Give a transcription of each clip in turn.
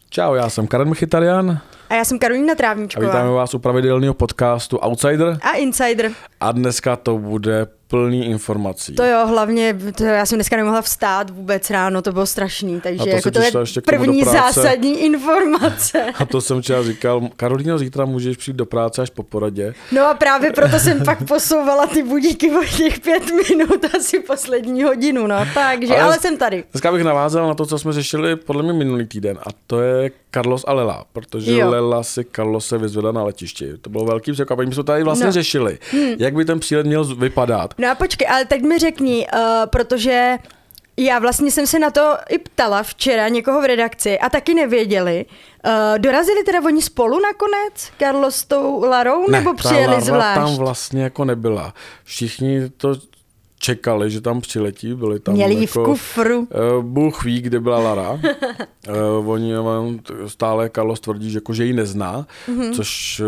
Čau, já jsem Karen Michytarian. A já jsem Karolína Trávníčková. A vítáme vás u pravidelného podcastu Outsider. A Insider. A dneska to bude plný informací. To jo, hlavně, já jsem dneska nemohla vstát vůbec ráno, to bylo strašný, takže jako to je první zásadní informace. A to jsem včera říkal, Karolíno, zítra můžeš přijít do práce až po poradě. No a právě proto jsem pak posouvala ty budíky o těch 5 minut, asi poslední hodinu, no, takže, ale jsem tady. Dneska bych navázal na to, co jsme řešili podle mě minulý týden, a to je Carlos a Lela, protože Lela si Carlose vyzvedla na letišti. To bylo velký překvapení, my jsme tady vlastně řešili, jak by ten přílet měl vypadat. No a počkej, ale teď mi řekni, protože já vlastně jsem se na to i ptala včera někoho v redakci a taky nevěděli. Dorazili teda oni spolu nakonec, Carlos s tou Larou, nebo přijeli zvlášť? Tam vlastně jako nebyla. Všichni to čekali, že tam přiletí, byli tam měli jako, v kufru. Bůh ví, kde byla Lara. Oni stále Carlos tvrdí, že ji nezná, což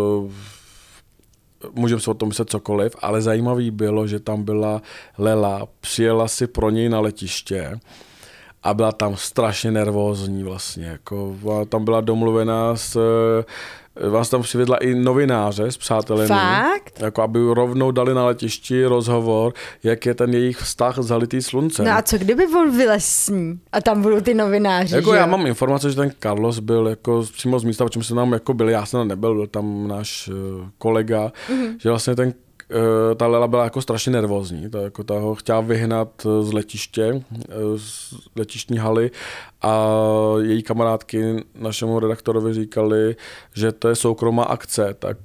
můžeme si o tom myslet cokoliv, ale zajímavý bylo, že tam byla Lela, přijela si pro něj na letiště a byla tam strašně nervózní vlastně. Jako, tam byla domluvená vás tam přivedla i novináře s přátelemi. Fakt? Jako aby rovnou dali na letišti rozhovor, jak je ten jejich vztah zalitý sluncem. No a co kdyby on vylez s ní a tam budou ty novináři, jako že? Já mám informace, že ten Carlos byl jako přímo z místa, o čem se nám jako byli, já jsem nebyl, byl tam náš kolega, že vlastně ta Lela byla jako strašně nervózní, ta ho chtěla vyhnat z letiště, z letištní haly a její kamarádky našemu redaktorovi říkali, že to je soukromá akce, tak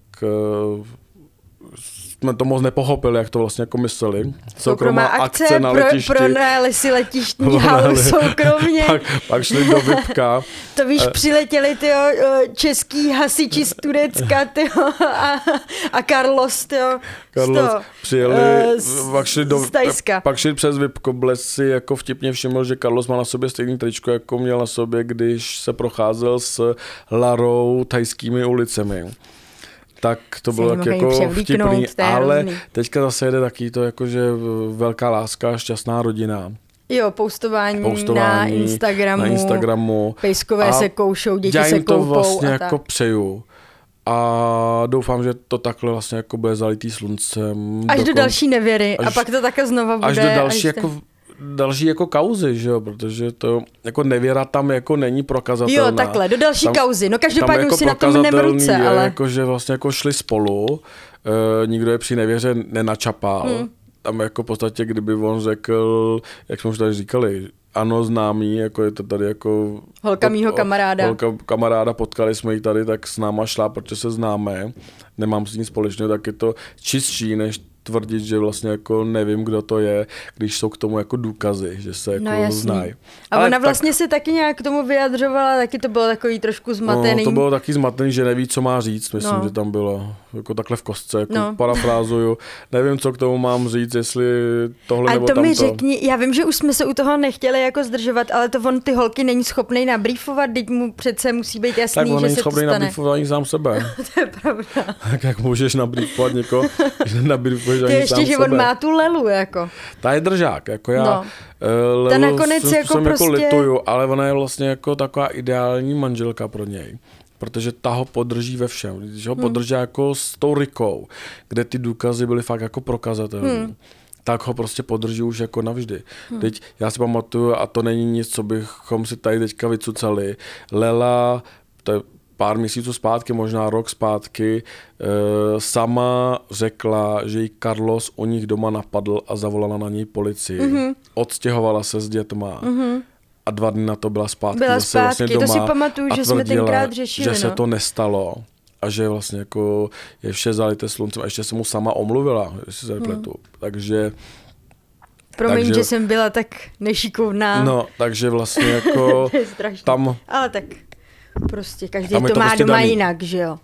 jsme to moc nepochopili, jak to vlastně jako mysleli. Soukromá akce na letišti. Pronajeli si letištní halu soukromně. Pak šli do VIPka. To víš, přiletěli český hasiči z Turecka a Carlos, přijeli, pak šli přes VIPko, Bles si jako vtipně všiml, že Carlos má na sobě stejný tričko, jako měl na sobě, když se procházel s Larou thajskými ulicemi. Tak to bylo tak jako vtipný, ale teďka zase jede taky to jako, že velká láska, šťastná rodina. Jo, postování na Instagramu, pejskové se koušou, děti se koupou. Já jim to vlastně jako přeju. A doufám, že to takhle vlastně jako bude zalitý sluncem. Až do další nevěry a pak to také znova bude. Až do další jako kauzy, že jo, protože to jako nevěra tam jako není prokazatelná. Jo, takhle, do další kauzy. No každopádně jako si na tom mnem ruce, ale jako, že vlastně jako šli spolu, nikdo je při nevěře nenačapal. Tam jako v podstatě, kdyby on řekl, jak jsme už tady říkali, ano, známý, jako je to tady jako holka mýho kamaráda. Holka kamaráda, potkali jsme ji tady, tak s náma šla, protože se známe, nemám s ní společného, tak je to čistší, než tvrdit, že vlastně jako nevím, kdo to je, když jsou k tomu jako důkazy, že se jako znají. A ona vlastně se taky nějak k tomu vyjadřovala, taky to bylo takový trošku zmatený. No, to bylo taky zmatený, že neví, co má říct, myslím, že tam bylo jako takhle v kostce, jako parafrázuju. Nevím, co k tomu mám říct, jestli tohle nebo tamto. A to mi řekni, já vím, že už jsme se u toho nechtěli jako zdržovat, ale to on ty holky není schopnej nabrýfovat, teď mu přece musí být jasný, tak on že se to stane. Tak on není schopnej nabrýfovat ani sám sebe. To je pravda. Tak jak můžeš nabrýfovat někoho, že nabrýfuješ ani ještě, že on má tu Lelu, jako. Ta je držák, jako já. Lelu ta nakonec jako prostě... jako lituju, ale ona je vlastně jako taková ideální manželka pro něj. Protože ta ho podrží ve všem. Když ho podrží jako s tou Rikou, kde ty důkazy byly fakt jako prokazatelné, tak ho prostě podrží už jako navždy. Teď já si pamatuju, a to není nic, co bychom si tady teďka vycucali. Lela, to je pár měsíců zpátky, možná rok zpátky, sama řekla, že ji Carlos u nich doma napadl a zavolala na něj policii. Odstěhovala se s dětma. A 2 dny na to byla zpátky. Vlastně doma to si pamatuju, že jsme tenkrát řešili. Že se to nestalo a že vlastně jako je vše zalité sluncem a ještě se mu sama omluvila, jestli se nepletu. Takže... Promiň, že jsem byla tak nešikovná. No, takže vlastně jako tam... Ale tak prostě každý to má prostě doma jinak, že jo.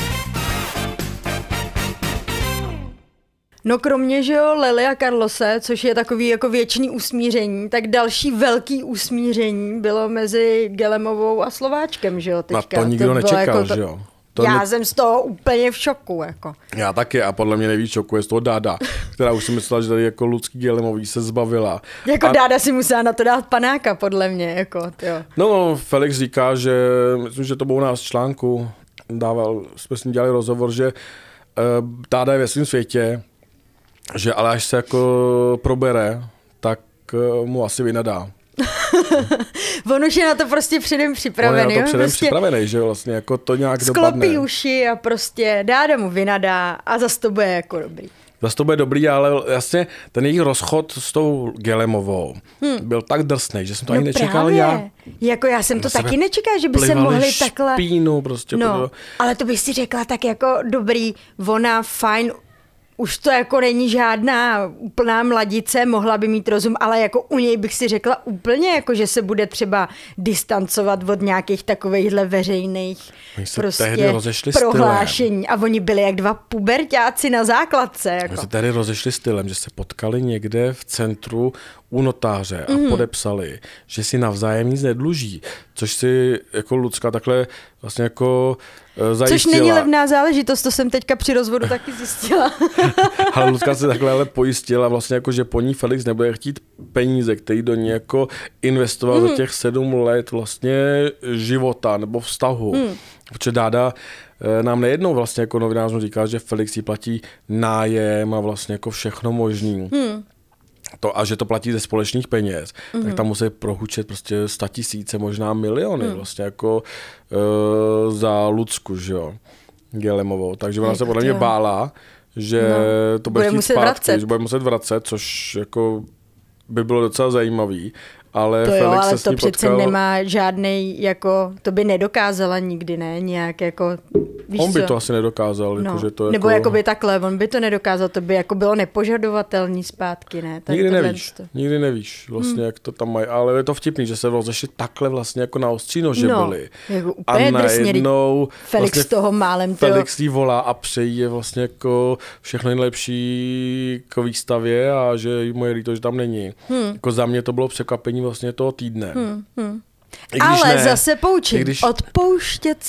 No kromě, že jo, Lely a Carlose, což je takový jako věčný usmíření, tak další velký usmíření bylo mezi Gelemovou a Slováčkem, že jo, teďka. Na to nikdo nečekal, jako že jo. Já jsem z toho úplně v šoku. Jako. Já taky a podle mě nejvíc šokuje z toho Dáda, která už si myslela, že tady jako Lucký Gillemový se zbavila. Jako Dáda si musela na to dát panáka, podle mě. Jako, jo. No, Felix říká, že myslím, že to bylo u nás v článku, jsme s ním dělali rozhovor, že Dáda je ve svém světě, že ale až se jako probere, tak mu asi vynadá. On už je na to prostě předem připravený. On je na to předem prostě připravený, že vlastně jako to nějak sklopí dopadne. uši a prostě Dáda mu vynadá a zas to bude jako dobrý. Zas to bude dobrý, ale jasně ten jejich rozchod s tou Gillemovou byl tak drsnej, že jsem to ani nečekal právě. já. Jako já jsem to taky nečekala, že by se mohli takhle... špínu prostě. No, ale to bych si řekla tak jako dobrý, ona fajn, už to jako není žádná úplná mladice, mohla by mít rozum, ale jako u něj bych si řekla úplně, jako že se bude třeba distancovat od nějakých takovejhle veřejných prostě prohlášení. A oni byli jak dva puberťáci na základce. Jako. Oni se tady rozešli stylem, že se potkali někde v centru u notáře a podepsali, že si navzájem nic nedluží, což si jako Lucka takhle vlastně jako zajistila. Což není levná záležitost, to jsem teďka při rozvodu taky zjistila. Ale Lucka se takhle ale pojistila vlastně jako, že po ní Felix nebude chtít peníze, který do ní jako investoval za těch 7 let vlastně života nebo vztahu. Protože Dáda nám nejednou vlastně jako novinářům říkal, že Felix jí platí nájem a vlastně jako všechno možný. A že to platí ze společných peněz, tak tam musí prohučet prostě 100 000, možná miliony vlastně jako za Lucku, že jo, Gillemovou. Takže ona se podle mě bála, že to bude chtít zpátky, že bude muset vracet, což jako by bylo docela zajímavý. Ale to Felix jo, ale se s to ní přece potkal... nemá žádnej, jako, to by nedokázala nikdy, ne? Nějak jako, víš on by co? to asi nedokázal. No. Jako, že to nebo jako... jakoby takhle, on by to nedokázal, to by jako bylo nepožadovatelný zpátky, ne? Nikdy nevíš vlastně, jak to tam mají, ale je to vtipný, že se rozešli takhle vlastně jako na ostří nože byli. Jako a najednou Felix vlastně toho málem Felix jí volá a přejí je vlastně jako všechno nejlepší k výstavě a že mu je líto, že tam není. Jako za mě to bylo překvapení vlastně toho týdne. Ale zase poučím, odpouštět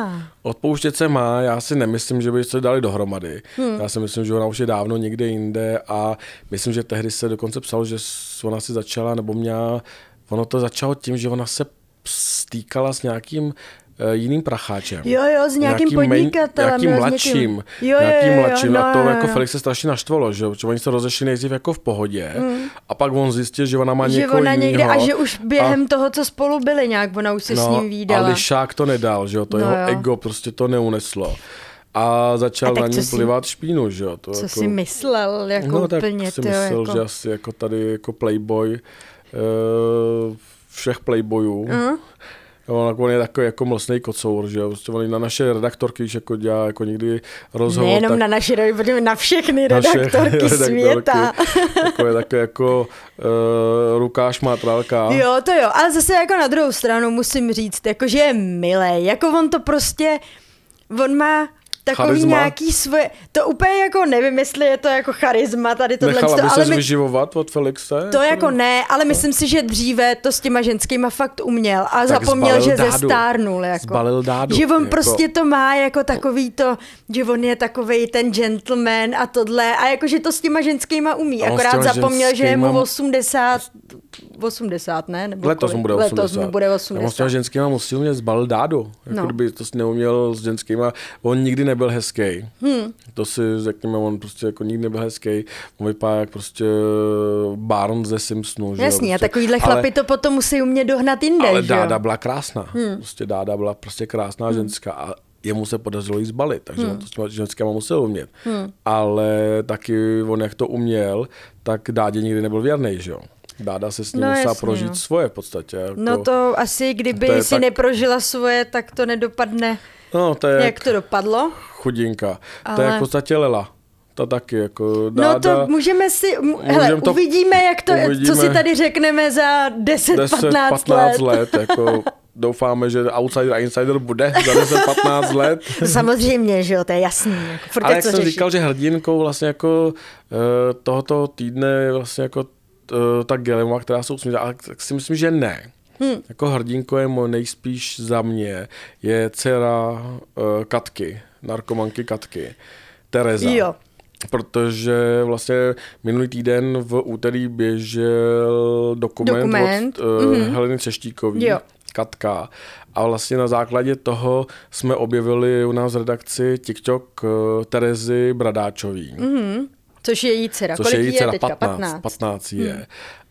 se má, já si nemyslím, že by se dali dohromady. Já si myslím, že ona už je dávno někde jinde a myslím, že tehdy se dokonce psalo, že ona si začala, nebo ono to začalo tím, že ona se stýkala s nějakým jiným pracháčem. Jo, s nějakým podnikatelem. Nějakým mladším. Nějakým mladším. A to jako Felix se strašně naštvalo, že oni se rozešli nejdřív jako v pohodě a pak on zjistil, že ona má někoho jinýho. A že už během toho, co spolu byli nějak, ona už se s ním vídala. A lišák to nedal, že jo, to jeho ego prostě to neuneslo. A začal na ní plivat špínu, že jo. To co jako... si myslel, jako tak úplně. si myslel, jako... že asi jako tady jako playboy všech playboyů. On je takový jako mlsnej kocour, že jo. On na naše redaktorky, když jako dělá jako někdy rozhovor. Nejenom tak... na naše redaktorky, na všechny redaktorky světa. Takový jako Lukáš Mátralka. Jo, to jo, ale zase jako na druhou stranu musím říct, jako že je milej, jako on to prostě, on má takový charisma. Nějaký svoje, to úplně jako nevím, jestli je to jako charisma tady tohle. Nechala by ses vyživovat od Felixe? To jako ne, ale myslím si, že dříve to s těma ženskýma fakt uměl a tak zapomněl, že zestárnul. Jako. Zbalil Dádu. Že on prostě to má jako takový to, že on je takovej ten gentleman a tohle a jako, že to s těma ženskýma umí. Akorát zapomněl, že je mu 80, ne? Nebo letos mu bude 80. Letos mu bude 80. On s těma ženskýma musí umět zbalil Dádu. Jako kdyby to neuměl s ženskýma, on nikdy nebyl hezký. To si řekněme, on prostě jako nikdy nebyl hezký. On vypadá jak prostě Barnes ze Simpsonu. Jasně, prostě. A takovýhle chlapi to potom musí umět dohnat jinde. Ale Dáda byla krásná. Prostě Dáda byla prostě krásná ženská a jemu se podařilo jí zbalit, takže on to s těma ženskýma musel umět. Ale taky on jak to uměl, tak Dádě nikdy nebyl věrnej, že jo. Dáda se s ním musela prožít svoje v podstatě. Jako, no to asi, kdyby si neprožila svoje, tak to nedopadne, to je jak to dopadlo. Chudinka. Ale... To je v podstatě Lela. To taky jako Dáda. No to můžeme si, uvidíme, jak to, co si tady řekneme za 10-15 let. Jako doufáme, že outsider a insider bude za 10-15 let. Samozřejmě, že jo, to je jasný. Jako, ale jak jsem říkal, že hrdinkou vlastně jako tohoto týdne vlastně jako ta Gillemová, která se usmívá, ale tak si myslím, že ne. Jako hrdinko je nejspíš za mě, je dcera Katky, narkomanky Katky, Tereza. Jo. Protože vlastně minulý týden v úterý běžel dokument od Heleny Třeštíkový, Katka. A vlastně na základě toho jsme objevili u nás v redakci TikTok Terezy Bradáčový. Což je její dcera. Kolik je její dcera? Teďka? 15 je.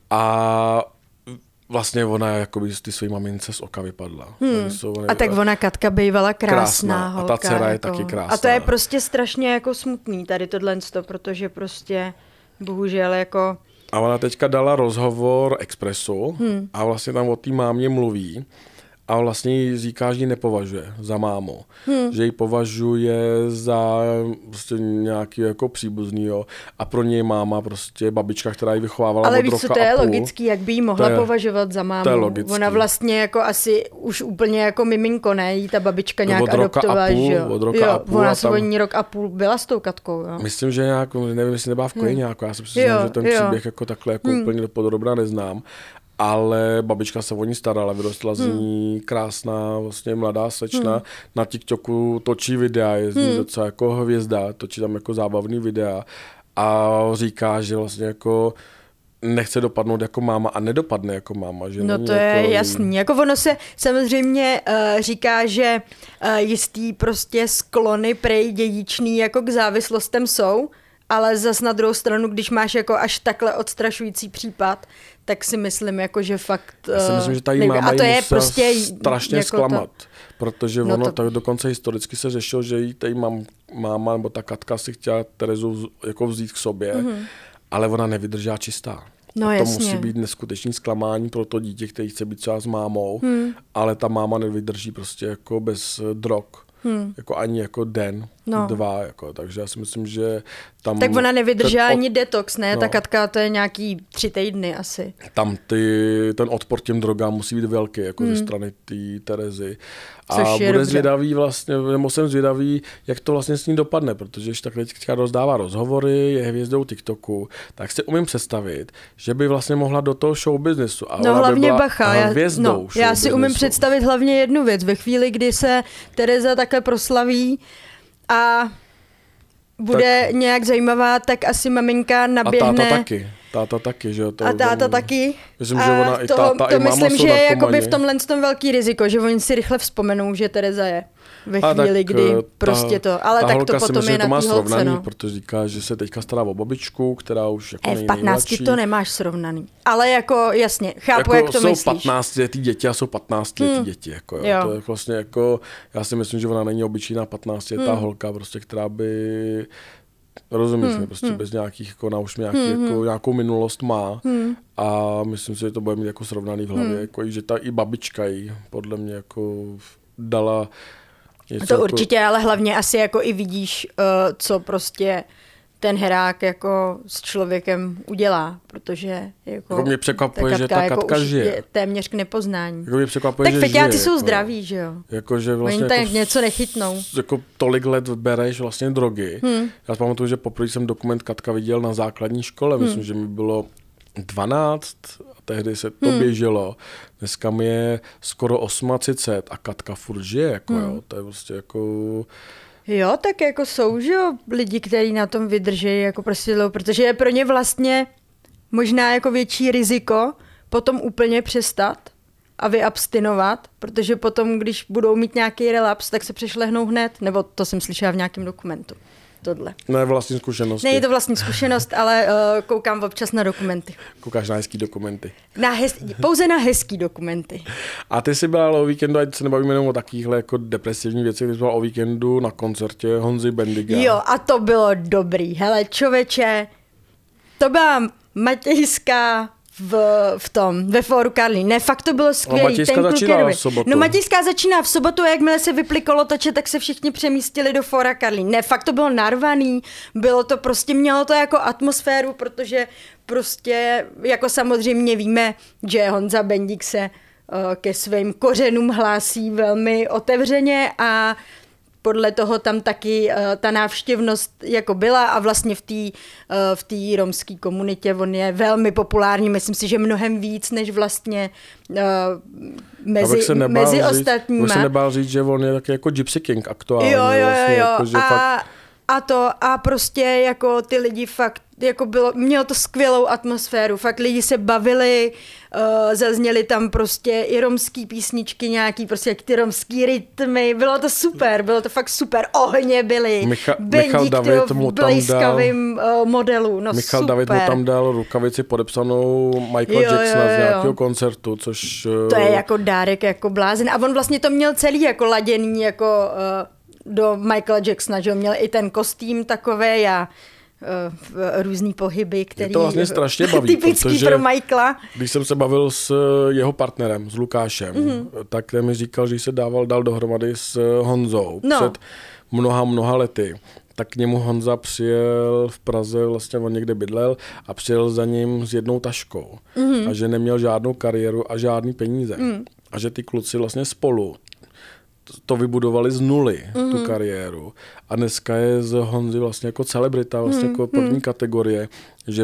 A vlastně ona jakoby z ty své mamince z oka vypadla. A tak ona Katka bývala krásná holka. A ta dcera je jako. taky krásná. A to je prostě strašně jako smutný tady tohleto, protože prostě bohužel jako... A ona teďka dala rozhovor Expressu a vlastně tam o té mámě mluví a vlastně jí říká, že ji nepovažuje za mámu. Že ji považuje za prostě nějaký jako příbuznýho a pro něj máma prostě babička, která ji vychovávala ale od víš roka co, to je a půl. logický, jak by jí mohla považovat za mámu. To je logický. Ona vlastně jako asi už úplně jako miminko, ne? Jí ta babička nějak adoptovala, že jo? Od roka a půl. Ona se o ní rok a půl byla s tou Katkou, jo? Myslím, že nějak, nevím, jestli nebyla v Kojeňáku, já si přiznám, že ten příběh jako takhle jako úplně dopodrobna neznám. Ale babička se o ní starala, vyrostla z ní krásná, vlastně mladá slečna. Na TikToku točí videa, je z ní docela jako hvězda, točí tam jako zábavný videa a říká, že vlastně jako nechce dopadnout jako máma a nedopadne jako máma. Že no to je jako... jasný. Jako ono se samozřejmě říká, že jistý prostě sklony prej dědičný jako k závislostem jsou, ale zas na druhou stranu, když máš jako až takhle odstrašující případ, tak si myslím, jako, že fakt... Já si myslím, že ta jí máma to jí prostě strašně jako zklamat, protože ono tak dokonce historicky se řešilo, že jí ta máma nebo ta Katka si chtěla Terezu jako vzít k sobě, ale ona nevydržela čistá. No, to musí být neskutečný zklamání pro to dítě, který chce být třeba s mámou, ale ta máma nevydrží prostě jako bez drog. Jako ani jako den, dva, jako, takže já si myslím, že tam... Tak ona nevydržela ani detox, ne? Ta Katka, to je nějaký 3 týdny asi. Tam ten odpor těm drogám musí být velký, jako ze strany té Terezy. A bude zvědavý vlastně, nebo jsem zvědavý, jak to vlastně s ní dopadne, protože když takhle teďka rozdává rozhovory, je hvězdou TikToku, tak si umím představit, že by vlastně mohla do toho showbiznesu. A no hlavně bacha, já si umím představit hlavně jednu věc. Ve chvíli, kdy se Tereza takhle proslaví a bude tak nějak zajímavá, tak asi maminka naběhne. A táta taky, že jo? A táta taky. Myslím, že ona i táta, i máma myslím, jsou že je jakoby narkomani. v tomhle tom velký riziko, že oni si rychle vzpomenou, že Tereza je ve chvíli, kdy prostě to. Ale tak to potom je na té holce, no. Protože říká, že se teďka stará o babičku, která už jako v 15 to nemáš srovnaný. Ale jako jasně, chápu, jako jak to jsou myslíš. 15 letý děti a jsou 15 letý děti. Jako, jo. To je vlastně jako, já si myslím, že ona není obyčejná 15 letá holka, prostě, která by... Rozumíš mi, prostě bez nějakých, jako ona už jako, nějakou minulost má a myslím si, že to bude mít jako srovnaný v hlavě, jako, že ta i babička jí podle mě jako dala něco. To určitě, ale hlavně asi jako i vidíš, co prostě ten herák jako s člověkem udělá, protože jako mě překvapuje, že ta Katka žije. Je téměř k nepoznání. Mě překvapuje, tak feťáci jsou zdraví, že jo? Jako, že vlastně oni tak něco nechytnou. Jako tolik let bereš vlastně drogy. Já si pamatuju, že poprvé jsem dokument Katka viděl na základní škole, myslím, že mi bylo 12 a tehdy se to běželo. Dneska mi je skoro 38 a Katka furt žije, jako jo, to je prostě jako... Jo, tak jako jsou, že jo, lidi, kteří na tom vydrží jako prostě dlouho, protože je pro ně vlastně možná jako větší riziko potom úplně přestat a vyabstinovat, protože potom, když budou mít nějaký relaps, tak se přešlehnou hned, nebo to jsem slyšela v nějakém dokumentu. Tohle. Ne vlastní zkušenost. Ne, je to vlastní zkušenost, ale koukám občas na dokumenty. Koukáš na hezký dokumenty. Pouze na hezký dokumenty. A ty jsi byla o víkendu, ať se nebavíme jenom o takovýchhle jako depresivní věci, ty jsi byla o víkendu na koncertě Honzy Bendiga. Jo, a to bylo dobrý. Hele, člověče, to byla Matějská ve Fóru Karlín. Ne, fakt to bylo skvělý. No, Matějská začíná v sobotu. No, Matějská začíná v sobotu a jakmile se vyply kolotoče, tak se všichni přemístili do Fóra Karlín. Ne, fakt to bylo narvaný, bylo to prostě, mělo to jako atmosféru, protože prostě, jako samozřejmě víme, že Honza Bendik se ke svým kořenům hlásí velmi otevřeně a podle toho tam taky ta návštěvnost jako byla a vlastně v té romské komunitě on je velmi populární, myslím si, že mnohem víc, než vlastně mezi ostatníma. Abych se nebál říct, že on je taky jako Gypsy King aktuálně. Jo. Jako, že fakt... A prostě jako ty lidi fakt, jako mělo to skvělou atmosféru, fakt lidi se bavili, zazněly tam prostě i romský písničky nějaký, prostě jak ty romský rytmy, bylo to super, bylo to fakt super, ohně byly, Michal David mu tam dal modelu, no Michal super. David mu tam dal rukavici podepsanou Michael Jacksona z nějakého koncertu, což... To je jako dárek, jako blázen a on vlastně to měl celý jako laděný, jako... do Michaela Jacksona, že měl i ten kostým takovej a různý pohyby, který... Je to vlastně strašně baví, typický pro Michaela. Když jsem se bavil s jeho partnerem, s Lukášem, tak ten mi říkal, že se dal dohromady s Honzou před mnoha lety. Tak k němu Honza přijel v Praze, vlastně on někde bydlel a přijel za ním s jednou taškou. A že neměl žádnou kariéru a žádný peníze. A že ty kluci vlastně spolu to vybudovali z nuly, tu kariéru. A dneska je z Honzy vlastně jako celebrita, vlastně jako první kategorie. Že,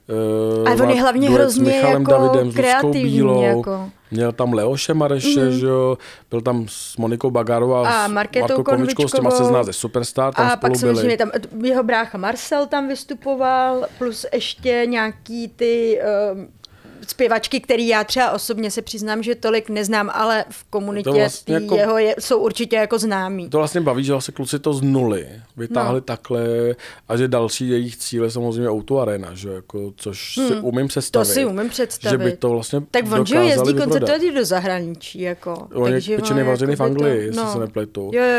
a on je hlavně hrozně s Michalem jako Davidem, s kreativní. Bílou, jako. Měl tam Leoše Mareše, že jo, byl tam s Monikou Bagarovou a s Markou Konvičkou, s těma se zná ze Superstar, tam a spolu pak byli. Tam jeho brácha Marcel tam vystupoval, plus ještě nějaký ty... zpěvačky, který já třeba osobně se přiznám, že tolik neznám, ale v komunitě vlastně jako, jsou určitě jako známí. To vlastně baví, že vlastně kluci to z nuly vytáhli takhle a že další jejich cíl je samozřejmě Auto Arena, že jako, což si umím představit. To si umím představit. Že by to vlastně tak on, že jezdí koncertovat do zahraničí. Jako. On je většině vařený v Anglii, jestli se nepletu. Jo.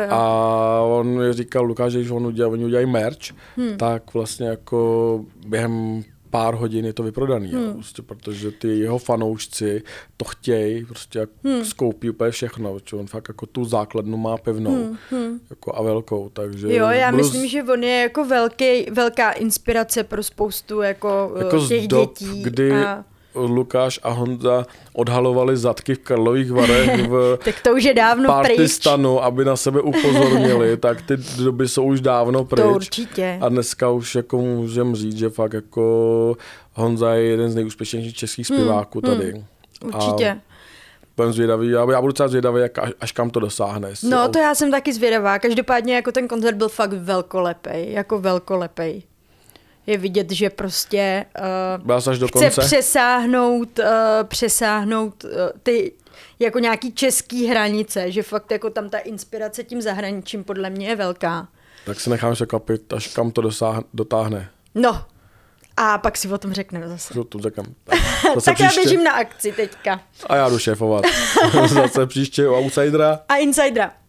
A on říkal Lukáš, že když oni udělají merch, tak vlastně jako během pár hodin je to vyprodaný, prostě, protože ty jeho fanoušci to chtějí, prostě skoupí úplně všechno, protože on fakt jako tu základnu má pevnou jako a velkou, takže... Jo, já myslím, že on je jako velká inspirace pro spoustu jako těch dětí. Kdy Lukáš a Honza odhalovali zadky v Karlových Varech v tak to už je dávno partystanu, aby na sebe upozornili, tak ty doby jsou už dávno pryč. To určitě. A dneska už jako můžem říct, že fakt jako Honza je jeden z nejúspěšnějších českých zpěváků tady. Určitě. Budem zvědavý, já budu docela zvědavý, až kam to dosáhne. No to já jsem taky zvědavá, každopádně jako ten koncert byl fakt velkolepej. Je vidět, že prostě chce přesáhnout ty jako nějaký český hranice, že fakt jako tam ta inspirace tím zahraničím podle mě je velká. Tak se nechám překvapit, až kam to dotáhne. No, a pak si o tom řekneme zase. Tak já běžím na akci teďka. A já jdu šéfovat. Zase příště u Outsidera a Insidera.